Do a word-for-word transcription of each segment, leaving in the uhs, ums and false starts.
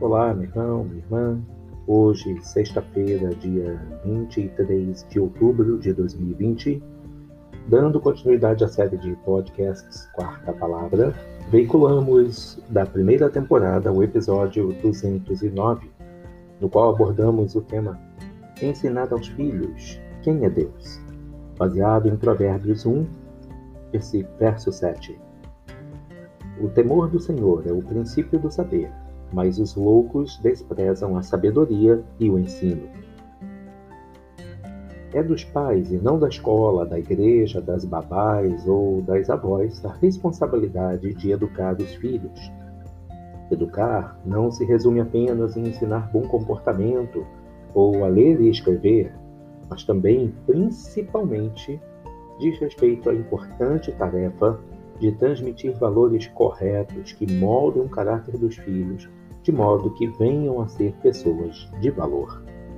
Olá, meu irmão, minha irmã. Hoje, sexta-feira, dia vinte e três de outubro de dois mil e vinte, dando continuidade à série de podcasts Quarta Palavra, veiculamos da primeira temporada o episódio duzentos e nove, no qual abordamos o tema Ensinar aos Filhos Quem é Deus, baseado em Provérbios um, verso sete. O temor do Senhor é o princípio do saber, mas os loucos desprezam a sabedoria e o ensino. É dos pais e não da escola, da igreja, das babás ou das avós a responsabilidade de educar os filhos. Educar não se resume apenas em ensinar bom comportamento ou a ler e escrever, mas também, principalmente, diz respeito à importante tarefa de transmitir valores corretos que moldem o caráter dos filhos, de modo que venham a ser pessoas de valor.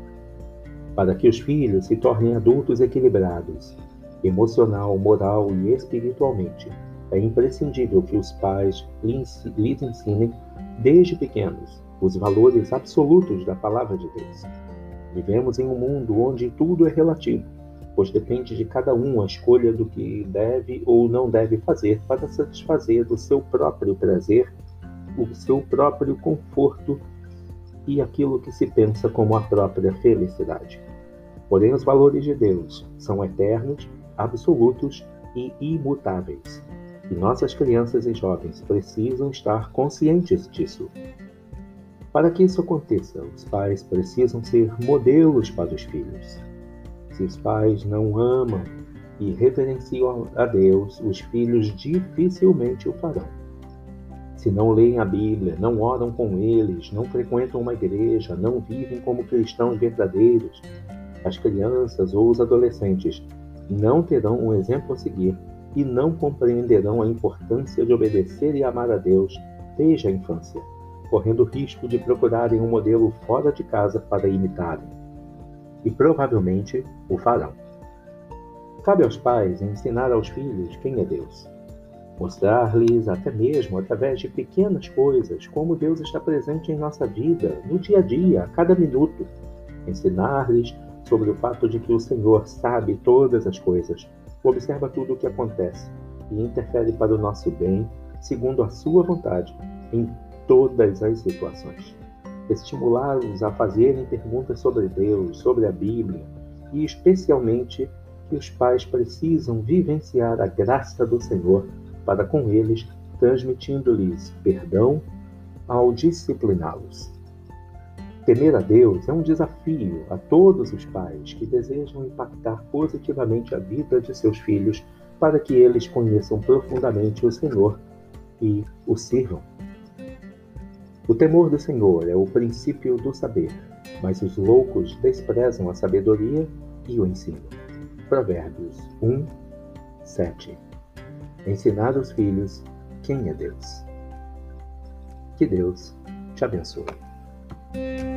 Para que os filhos se tornem adultos equilibrados, emocional, moral e espiritualmente, é imprescindível que os pais lhes ensinem, desde pequenos, os valores absolutos da Palavra de Deus. Vivemos em um mundo onde tudo é relativo, pois depende de cada um a escolha do que deve ou não deve fazer para satisfazer o seu próprio prazer, o seu próprio conforto e aquilo que se pensa como a própria felicidade. Porém, os valores de Deus são eternos, absolutos e imutáveis. E nossas crianças e jovens precisam estar conscientes disso. Para que isso aconteça, os pais precisam ser modelos para os filhos. Se os pais não amam e reverenciam a Deus, os filhos dificilmente o farão. Se não leem a Bíblia, não oram com eles, não frequentam uma igreja, não vivem como cristãos verdadeiros, as crianças ou os adolescentes não terão um exemplo a seguir e não compreenderão a importância de obedecer e amar a Deus desde a infância, correndo o risco de procurarem um modelo fora de casa para imitarem. E provavelmente o farão. Cabe aos pais ensinar aos filhos quem é Deus. Mostrar-lhes, até mesmo através de pequenas coisas, como Deus está presente em nossa vida, no dia a dia, a cada minuto. Ensinar-lhes sobre o fato de que o Senhor sabe todas as coisas, observa tudo o que acontece e interfere para o nosso bem, segundo a sua vontade, em todas as situações. Estimulá-los a fazerem perguntas sobre Deus, sobre a Bíblia, e especialmente que os pais precisam vivenciar a graça do Senhor para com eles, transmitindo-lhes perdão ao discipliná-los. Temer a Deus é um desafio a todos os pais que desejam impactar positivamente a vida de seus filhos para que eles conheçam profundamente o Senhor e o sirvam. O temor do Senhor é o princípio do saber, mas os loucos desprezam a sabedoria e o ensino. Provérbios um, sete. Ensinar os filhos quem é Deus. Que Deus te abençoe.